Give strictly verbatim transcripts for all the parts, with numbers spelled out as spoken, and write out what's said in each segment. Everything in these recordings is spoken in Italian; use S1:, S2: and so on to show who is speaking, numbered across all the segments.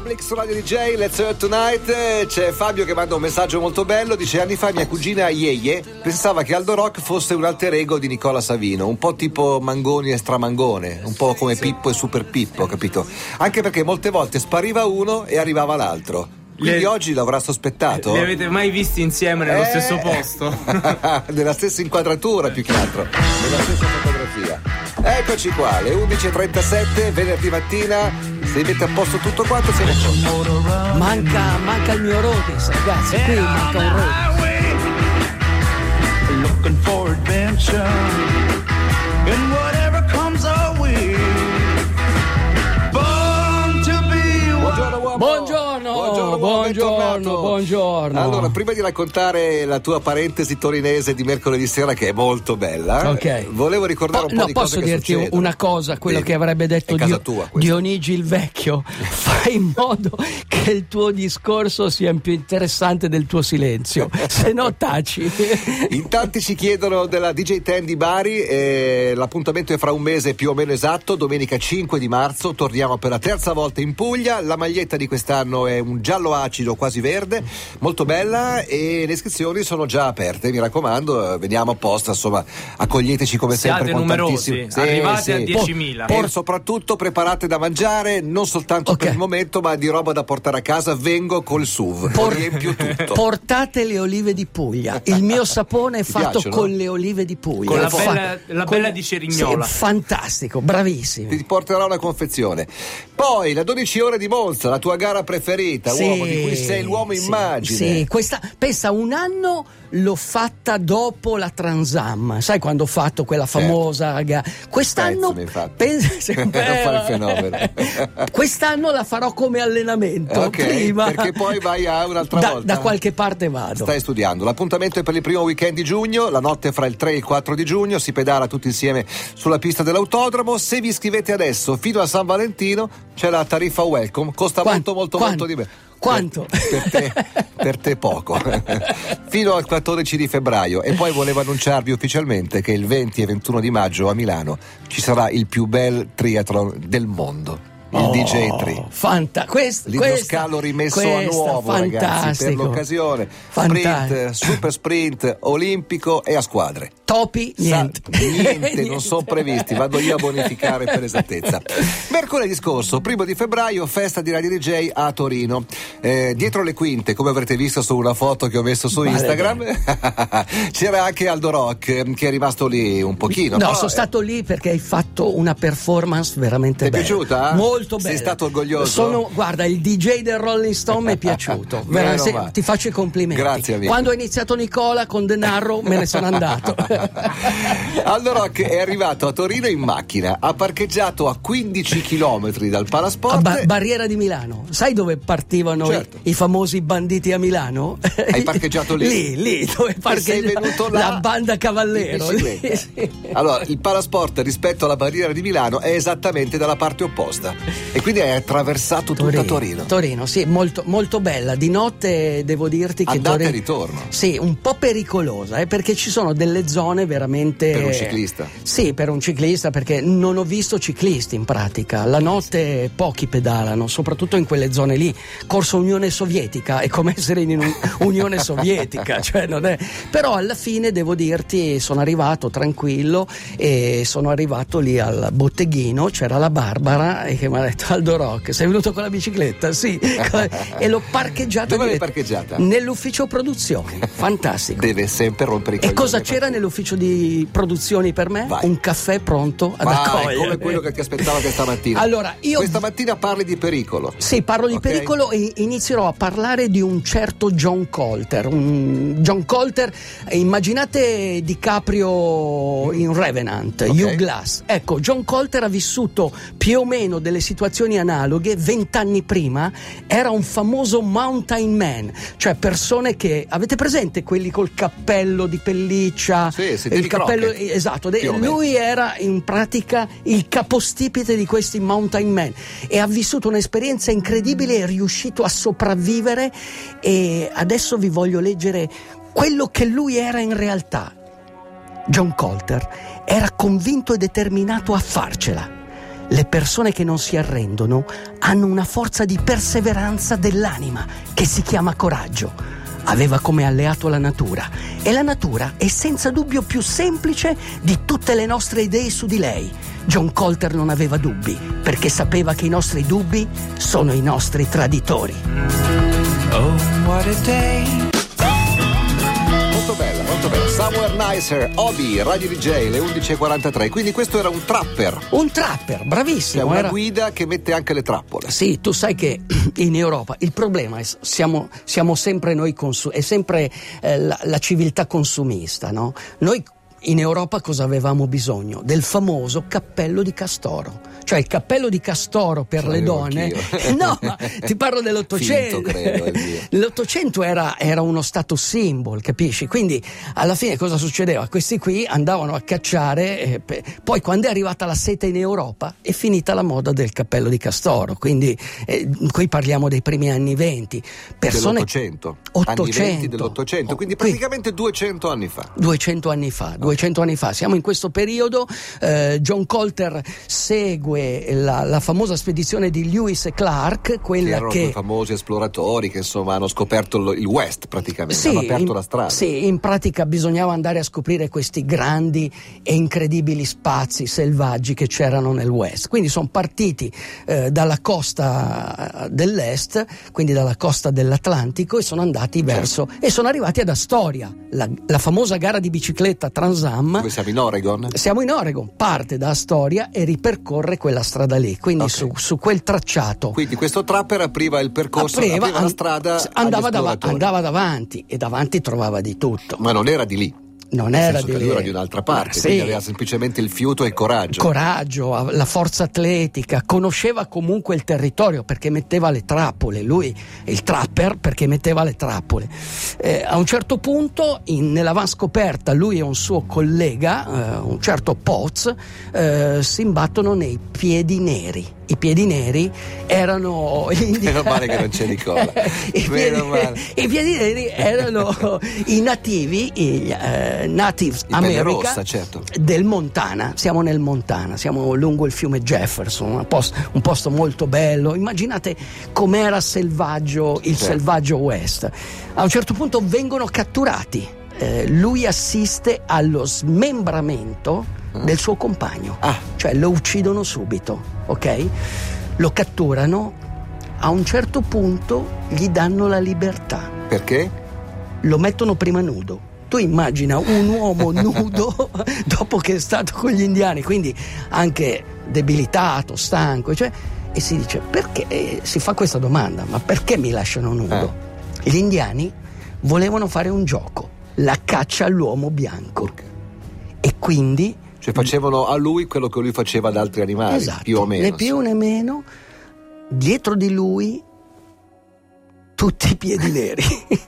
S1: Public su Radio D J, Let's Hear Tonight. C'è Fabio che manda un messaggio molto bello, dice: anni fa mia cugina Yeye pensava che Aldo Rock fosse un alter ego di Nicola Savino, un po' tipo Mangoni e Stramangone, un po' come Pippo e Super Pippo, capito? Anche perché molte volte spariva uno e arrivava l'altro. Quindi le... oggi l'avrà sospettato?
S2: Li avete mai visti insieme nello eh... stesso posto?
S1: Nella stessa inquadratura, più che altro, nella stessa fotografia. Eccoci qua, le undici e trentasette, venerdì mattina. Se mette a posto tutto quanto siamo pronti.
S3: Manca, manca il mio Rodis, ragazzi, qui manca un Rodis.
S4: Looking for adventure and whatever comes our way. Born to be.
S1: Buongiorno uomo.
S3: Buongiorno.
S1: Buongiorno,
S3: buongiorno, buongiorno.
S1: Allora, prima di raccontare la tua parentesi torinese di mercoledì sera, che è molto bella,
S3: okay.
S1: volevo ricordare
S3: po-
S1: un po'
S3: no,
S1: di
S3: posso
S1: cose che
S3: dirti
S1: succedono.
S3: una cosa, quello
S1: Vedi,
S3: che avrebbe detto Dio,
S1: tua,
S3: Dionigi il Vecchio: fai in modo che il tuo discorso sia più interessante del tuo silenzio, se no taci.
S1: In tanti ci chiedono della D J dieci di Bari, eh, l'appuntamento è fra un mese più o meno esatto, domenica cinque di marzo, torniamo per la terza volta in Puglia. La maglietta di quest'anno è un giallo acido quasi verde, molto bella, e le iscrizioni sono già aperte, mi raccomando, veniamo apposta, insomma, accoglieteci come
S2: siate
S1: sempre con
S2: numerosi,
S1: tantissimi, sì,
S2: arrivate
S1: sì.
S2: a diecimila
S1: e soprattutto preparate da mangiare, non soltanto okay. per il momento, ma di roba da portare a casa. Vengo col S U V, Por- riempio tutto.
S3: Portate le olive di Puglia, il mio sapone è
S1: Ti
S3: fatto
S1: piacciono?
S3: Con le olive di Puglia,
S2: con la
S3: Fa-
S2: bella, la
S3: con...
S2: bella di Cerignola,
S3: sì, fantastico, bravissimi.
S1: Ti porterò una confezione. Poi la dodici ore di Monza, la tua gara preferita,
S3: sì,
S1: uomo di cui sei l'uomo
S3: sì,
S1: immagine.
S3: Sì, questa, pensa, un anno l'ho fatta dopo la Transam, sai quando ho fatto quella famosa certo. gara. Quest'anno
S1: pensa, non fare il fenomeno.
S3: Quest'anno la farò come allenamento,
S1: okay,
S3: prima,
S1: perché poi vai a un'altra
S3: da,
S1: volta.
S3: Da qualche parte vado.
S1: Stai studiando. L'appuntamento è per il primo weekend di giugno, la notte fra il tre e il quattro di giugno, si pedala tutti insieme sulla pista dell'autodromo. Se vi iscrivete adesso fino a San Valentino c'è la tariffa welcome, costa
S3: quanto,
S1: molto molto
S3: quanto?
S1: molto di meno.
S3: Quanto?
S1: Per, per, te, per te poco. Fino al quattordici di febbraio. E poi volevo annunciarvi ufficialmente che il venti e ventuno di maggio a Milano ci sarà il più bel triathlon del mondo. Il
S3: oh,
S1: D J tre.
S3: Fanta- quest-
S1: L'idroscalo rimesso
S3: questa,
S1: a nuovo, ragazzi, per l'occasione. Sprint, super sprint, olimpico e a squadre.
S3: Topi, niente.
S1: Sa- niente, non sono previsti, vado io a bonificare per esattezza. Mercoledì scorso, primo di febbraio, festa di Radio D J a Torino. Eh, dietro le quinte, come avrete visto su una foto che ho messo su vale Instagram, bene. C'era anche Aldo Rock, che è rimasto lì un pochino.
S3: No,
S1: però,
S3: sono
S1: eh,
S3: stato lì perché hai fatto una performance veramente
S1: Ti
S3: bella.
S1: Ti è piaciuta?
S3: Molto bella.
S1: Sei stato orgoglioso?
S3: Sono, guarda, il D J del Rolling Stone mi è piaciuto. Se, ti faccio i complimenti.
S1: Grazie, amico.
S3: Quando ha iniziato Nicola con Denaro me ne sono andato.
S1: Aldo Rock è arrivato a Torino in macchina, ha parcheggiato a quindici chilometri dal Palasport.
S3: A ba- Barriera di Milano. Sai dove partivano certo. i, i famosi banditi a Milano?
S1: Hai parcheggiato lì?
S3: Lì, lì dove parcheggia la banda Cavallero. Lì, sì.
S1: Allora, il Palasport rispetto alla Barriera di Milano è esattamente dalla parte opposta e quindi hai attraversato
S3: Torino,
S1: tutta Torino.
S3: Torino, sì, molto, molto bella. Di notte devo dirti che
S1: andata
S3: Torino,
S1: e ritorno.
S3: Sì, un po' pericolosa, eh, perché ci sono delle zone veramente.
S1: Per un ciclista?
S3: Sì, per un ciclista, perché non ho visto ciclisti in pratica. La notte pochi pedalano, soprattutto in quelle zone lì. Corso Unione Sovietica è come essere in Unione Sovietica, cioè non è. Però alla fine devo dirti, sono arrivato tranquillo e sono arrivato lì al botteghino, c'era la Barbara e che mi ha detto: Aldo Rock, sei venuto con la bicicletta? Sì. E l'ho parcheggiata.
S1: Dove l'hai parcheggiata?
S3: Nell'ufficio produzioni. Fantastico.
S1: Deve sempre rompere i coglioni.
S3: E cosa c'era nell'ufficio di produzioni per me?
S1: Vai.
S3: Un caffè pronto ad
S1: Vai,
S3: accogliere.
S1: come quello che ti aspettava questa mattina.
S3: Allora, io
S1: questa mattina parli di pericolo.
S3: Sì, parlo di okay. pericolo e inizierò a parlare di un certo John Colter. Un John Colter, immaginate DiCaprio in Revenant, okay. Hugh Glass. Ecco, John Colter ha vissuto più o meno delle situazioni analoghe. Vent'anni prima era un famoso mountain man, cioè persone che, avete presente quelli col cappello di pelliccia?
S1: Sì, sì,
S3: il cappello,
S1: Crockett,
S3: esatto. Lui era in pratica il capostipite di questi mountain man e ha vissuto un'esperienza incredibile, è riuscito a sopravvivere e adesso vi voglio leggere quello che lui era in realtà. John Colter era convinto e determinato a farcela. Le persone che non si arrendono hanno una forza di perseveranza dell'anima che si chiama coraggio. Aveva come alleato la natura, e la natura è senza dubbio più semplice di tutte le nostre idee su di lei. John Colter non aveva dubbi, perché sapeva che i nostri dubbi sono i nostri traditori.
S4: Oh, what a day.
S1: Molto bella, molto bella. Somewhere Nicer, Obi, Radio D J, le undici e quarantatré. Quindi questo era un trapper.
S3: Un trapper, bravissimo.
S1: Cioè una
S3: era...
S1: guida che mette anche le trappole.
S3: Sì, tu sai che in Europa il problema è siamo, siamo sempre noi consu- è sempre eh, la, la civiltà consumista, no? Noi in Europa cosa avevamo bisogno? Del famoso cappello di castoro. Cioè il cappello di castoro per le donne. No, ma ti parlo dell'Ottocento.
S1: Finto, credo, è vero.
S3: L'Ottocento era, era uno status symbol, capisci? Quindi alla fine cosa succedeva? Questi qui andavano a cacciare, eh, pe- poi quando è arrivata la sete in Europa è finita la moda del cappello di castoro. Quindi eh, qui parliamo dei primi anni venti. Persone...
S1: Dell'Ottocento.
S3: ottocento.
S1: Anni venti dell'Ottocento, quindi praticamente duecento anni fa.
S3: duecento anni fa, duecento anni fa. Siamo in questo periodo. eh, John Colter segue la, la famosa spedizione di Lewis e Clark, quella
S1: che erano
S3: che
S1: quei famosi esploratori che insomma hanno scoperto lo- il West praticamente,
S3: Sì,
S1: hanno aperto
S3: in,
S1: la strada.
S3: sì, in pratica bisognava andare a scoprire questi grandi e incredibili spazi selvaggi che c'erano nel West. Quindi sono partiti eh, dalla costa dell'est, quindi dalla costa dell'Atlantico, e sono andati verso e sono arrivati ad Astoria, la, la famosa gara di bicicletta Trans Am.
S1: Dove siamo in Oregon?
S3: Siamo in Oregon, parte da Astoria e ripercorre quella strada lì, quindi
S1: Ok.
S3: su, su quel tracciato.
S1: Quindi questo trapper apriva il percorso,
S3: apriva,
S1: apriva la
S3: an-
S1: strada
S3: andava,
S1: agli
S3: dava-
S1: esploratori.
S3: andava davanti, e davanti trovava di tutto.
S1: Ma non era di lì.
S3: Non
S1: Nel
S3: era
S1: senso
S3: di
S1: che
S3: lì.
S1: lui era di un'altra parte,
S3: Sì.
S1: quindi aveva semplicemente il fiuto e il coraggio.
S3: Coraggio, la forza atletica, conosceva comunque il territorio perché metteva le trappole. Lui è il trapper perché metteva le trappole. Eh, a un certo punto, in, nell'avanscoperta, lui e un suo collega, eh, un certo Potts, eh, si imbattono nei piedi neri. I piedi neri erano
S1: Meno male che non c'è Nicola.
S3: I piedi,
S1: Meno male.
S3: I piedi neri erano i nativi, i eh, Natives
S1: In pelle
S3: America
S1: rossa, certo.
S3: del Montana. Siamo nel Montana, siamo lungo il fiume Jefferson, un posto, un posto molto bello. Immaginate com'era selvaggio il
S1: Certo.
S3: selvaggio West. A un certo punto vengono catturati. Eh, lui assiste allo smembramento del suo compagno,
S1: Ah.
S3: cioè lo uccidono subito, ok? Lo catturano, a un certo punto gli danno la libertà,
S1: Perché?
S3: lo mettono prima nudo. Tu immagina un uomo nudo dopo che è stato con gli indiani, quindi anche debilitato, stanco, cioè, e si dice perché, e si fa questa domanda, ma perché mi lasciano nudo? Gli indiani volevano fare un gioco, la caccia all'uomo bianco, e quindi
S1: Cioè facevano a lui quello che lui faceva ad altri animali,
S3: esatto,
S1: più o meno.
S3: né più né meno. Dietro di lui tutti i piedi neri.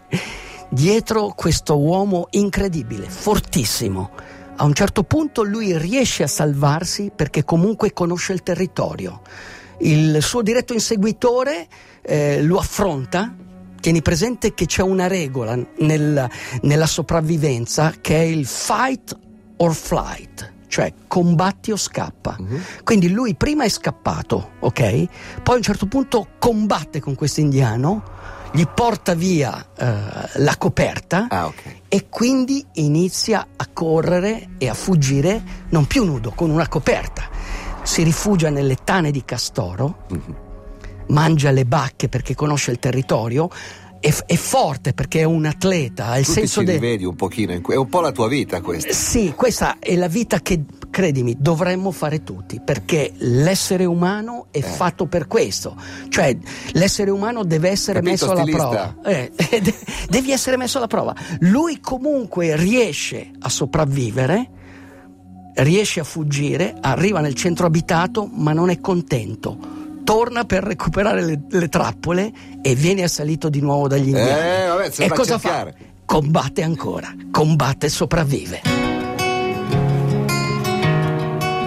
S3: Dietro questo uomo incredibile, fortissimo. A un certo punto lui riesce a salvarsi perché comunque conosce il territorio. Il suo diretto inseguitore eh, lo affronta. Tieni presente che c'è una regola nel, nella sopravvivenza che è il fight or flight, cioè combatti o scappa. Uh-huh. Quindi lui prima è scappato, ok? Poi a un certo punto combatte con questo indiano, gli porta via eh, la coperta,
S1: ah, okay.
S3: E quindi inizia a correre e a fuggire non più nudo, con una coperta. Si rifugia nelle tane di castoro, uh-huh. Mangia le bacche perché conosce il territorio. È, è forte perché è un atleta, ha il
S1: tu
S3: senso
S1: ti
S3: de...
S1: rivedi un pochino, è un po' la tua vita questa.
S3: Sì, questa è la vita che, credimi, dovremmo fare tutti, perché l'essere umano è eh. fatto per questo, cioè l'essere umano deve essere
S1: Capito,
S3: messo
S1: stilista?
S3: alla prova, eh, devi essere messo alla prova. Lui comunque riesce a sopravvivere, riesce a fuggire, arriva nel centro abitato, ma non è contento. Torna per recuperare le, le trappole e viene assalito di nuovo dagli indiani.
S1: Eh, vabbè, se
S3: e
S1: va a
S3: cosa
S1: cercare.
S3: fa? Combatte ancora, combatte e sopravvive.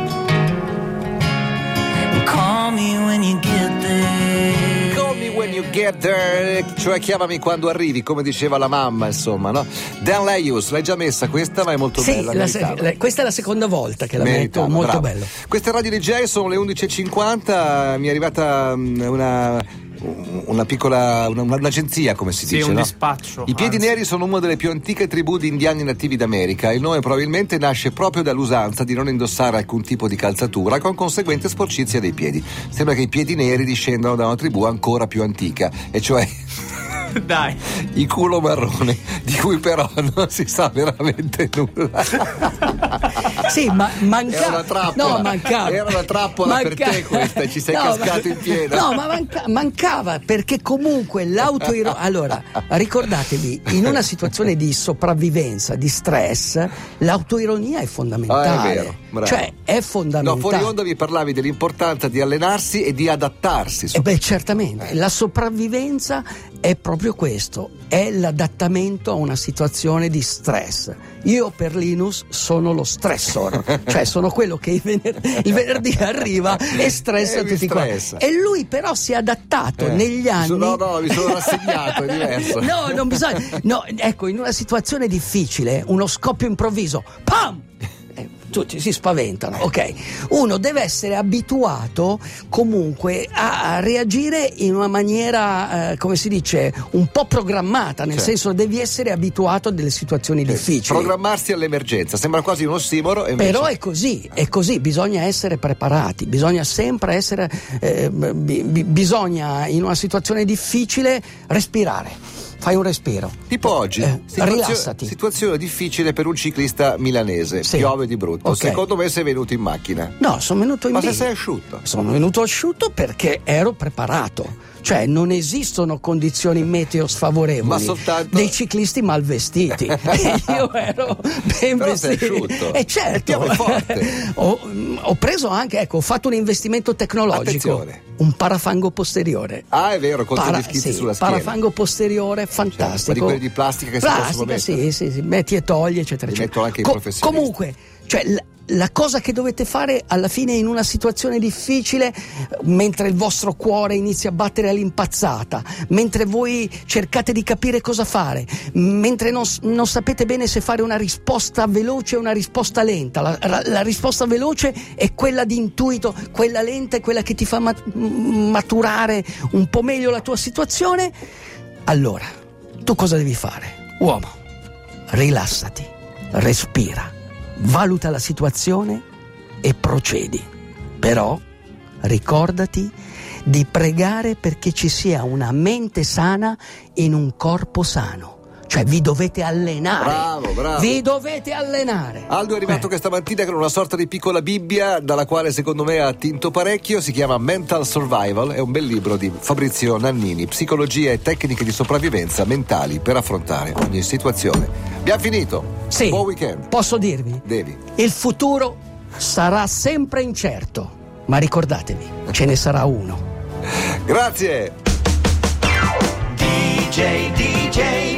S4: Call me when you get there.
S1: Call me when you Get There, cioè chiamami quando arrivi, come diceva la mamma, insomma, no? Dan Laius, l'hai già messa questa, ma è molto
S3: sì,
S1: bella.
S3: La se- la, questa è la seconda volta che la
S1: meritava,
S3: metto, molto
S1: bravo.
S3: bello.
S1: Queste Radio D J sono le undici e cinquanta, mi è arrivata una una piccola una, un'agenzia, come si
S2: sì,
S1: dice,
S2: un
S1: no?
S2: dispaccio.
S1: I piedi
S2: anzi.
S1: neri sono una delle più antiche tribù di indiani nativi d'America. Il nome probabilmente nasce proprio dall'usanza di non indossare alcun tipo di calzatura, con conseguente sporcizia dei piedi. Sembra che i piedi neri discendano da una tribù ancora più antica, e cioè
S2: dai,
S1: i culo marrone, di cui però non si sa veramente nulla.
S3: Sì, ma mancava.
S1: Era una trappola.
S3: No, mancava.
S1: Era una trappola
S3: Manca-
S1: per te questa, ci sei
S3: No,
S1: cascato
S3: ma...
S1: in pieno.
S3: No, ma manca... mancava perché comunque l'autoironia. Allora, ricordatevi, in una situazione di sopravvivenza, di stress, l'autoironia è fondamentale.
S1: Ah, è vero, bravo.
S3: Cioè, è fondamentale.
S1: No, fuori onda vi parlavi dell'importanza di allenarsi e di adattarsi.
S3: Eh beh, certamente, la sopravvivenza è proprio questo, è l'adattamento a una situazione di stress. Io per Linus sono lo stressor, cioè sono quello che il venerdì, il venerdì arriva e stressa
S1: Eh,
S3: tutti
S1: stressa.
S3: quanti. E lui però si è adattato
S1: Eh,
S3: negli anni.
S1: No, no, mi sono rassegnato, è diverso.
S3: No, non bisogna. No, ecco, in una situazione difficile, uno scoppio improvviso, pam! Eh, tutti si spaventano, ok. Uno deve essere abituato comunque a, a reagire in una maniera, eh, come si dice, un po' programmata, nel
S1: Certo.
S3: senso devi essere abituato a delle situazioni difficili.
S1: Programmarsi all'emergenza, sembra quasi un ossimoro. E invece...
S3: Però è così, è così, bisogna essere preparati, bisogna sempre essere, eh, bi- bi- bisogna in una situazione difficile respirare. Fai un respiro.
S1: Tipo oggi,
S3: Eh,
S1: situazio-
S3: rilassati.
S1: situazione difficile per un ciclista milanese,
S3: Sì.
S1: piove di brutto.
S3: Ok.
S1: Secondo me sei venuto in macchina.
S3: No, sono venuto in
S1: Ma se
S3: bici.
S1: sei asciutto?
S3: Sono venuto asciutto perché ero preparato. Cioè non esistono condizioni meteo sfavorevoli,
S1: Ma soltanto-
S3: dei ciclisti mal vestiti. E io ero ben
S1: Però sei
S3: vestito.
S1: asciutto.
S3: E certo,
S1: Piove forte.
S3: ho, ho preso anche, ecco, ho fatto un investimento tecnologico.
S1: Attenzione.
S3: Un parafango posteriore.
S1: Ah, è vero, contro
S3: Para-
S1: gli schizzi
S3: sì,
S1: sulla schiena.
S3: parafango posteriore
S1: Ma
S3: fantastico.
S1: di quelli di plastica che si possono
S3: Plastica,
S1: mettere.
S3: sì, sì, sì, metti e togli, eccetera,
S1: Li
S3: eccetera.
S1: mettono anche i professionisti.
S3: Comunque, cioè, la, la cosa che dovete fare alla fine in una situazione difficile, mentre il vostro cuore inizia a battere all'impazzata, mentre voi cercate di capire cosa fare, mentre non, non sapete bene se fare una risposta veloce o una risposta lenta, la, la, la risposta veloce è quella di intuito, quella lenta è quella che ti fa mat- maturare un po' meglio la tua situazione. Allora, tu cosa devi fare? Uomo, rilassati, respira, valuta la situazione e procedi. Però ricordati di pregare perché ci sia una mente sana in un corpo sano. Cioè vi dovete allenare.
S1: Bravo, bravo.
S3: Vi dovete allenare.
S1: Aldo è arrivato
S3: Eh.
S1: questa mattina con una sorta di piccola Bibbia dalla quale secondo me ha attinto parecchio. Si chiama Mental Survival, è un bel libro di Fabrizio Nannini, psicologia e tecniche di sopravvivenza mentali per affrontare ogni situazione. Abbiamo finito.
S3: Sì.
S1: Buon weekend.
S3: Posso dirvi?
S1: Devi.
S3: Il futuro sarà sempre incerto, ma ricordatevi, ce ne sarà uno.
S1: Grazie.
S4: D J, D J.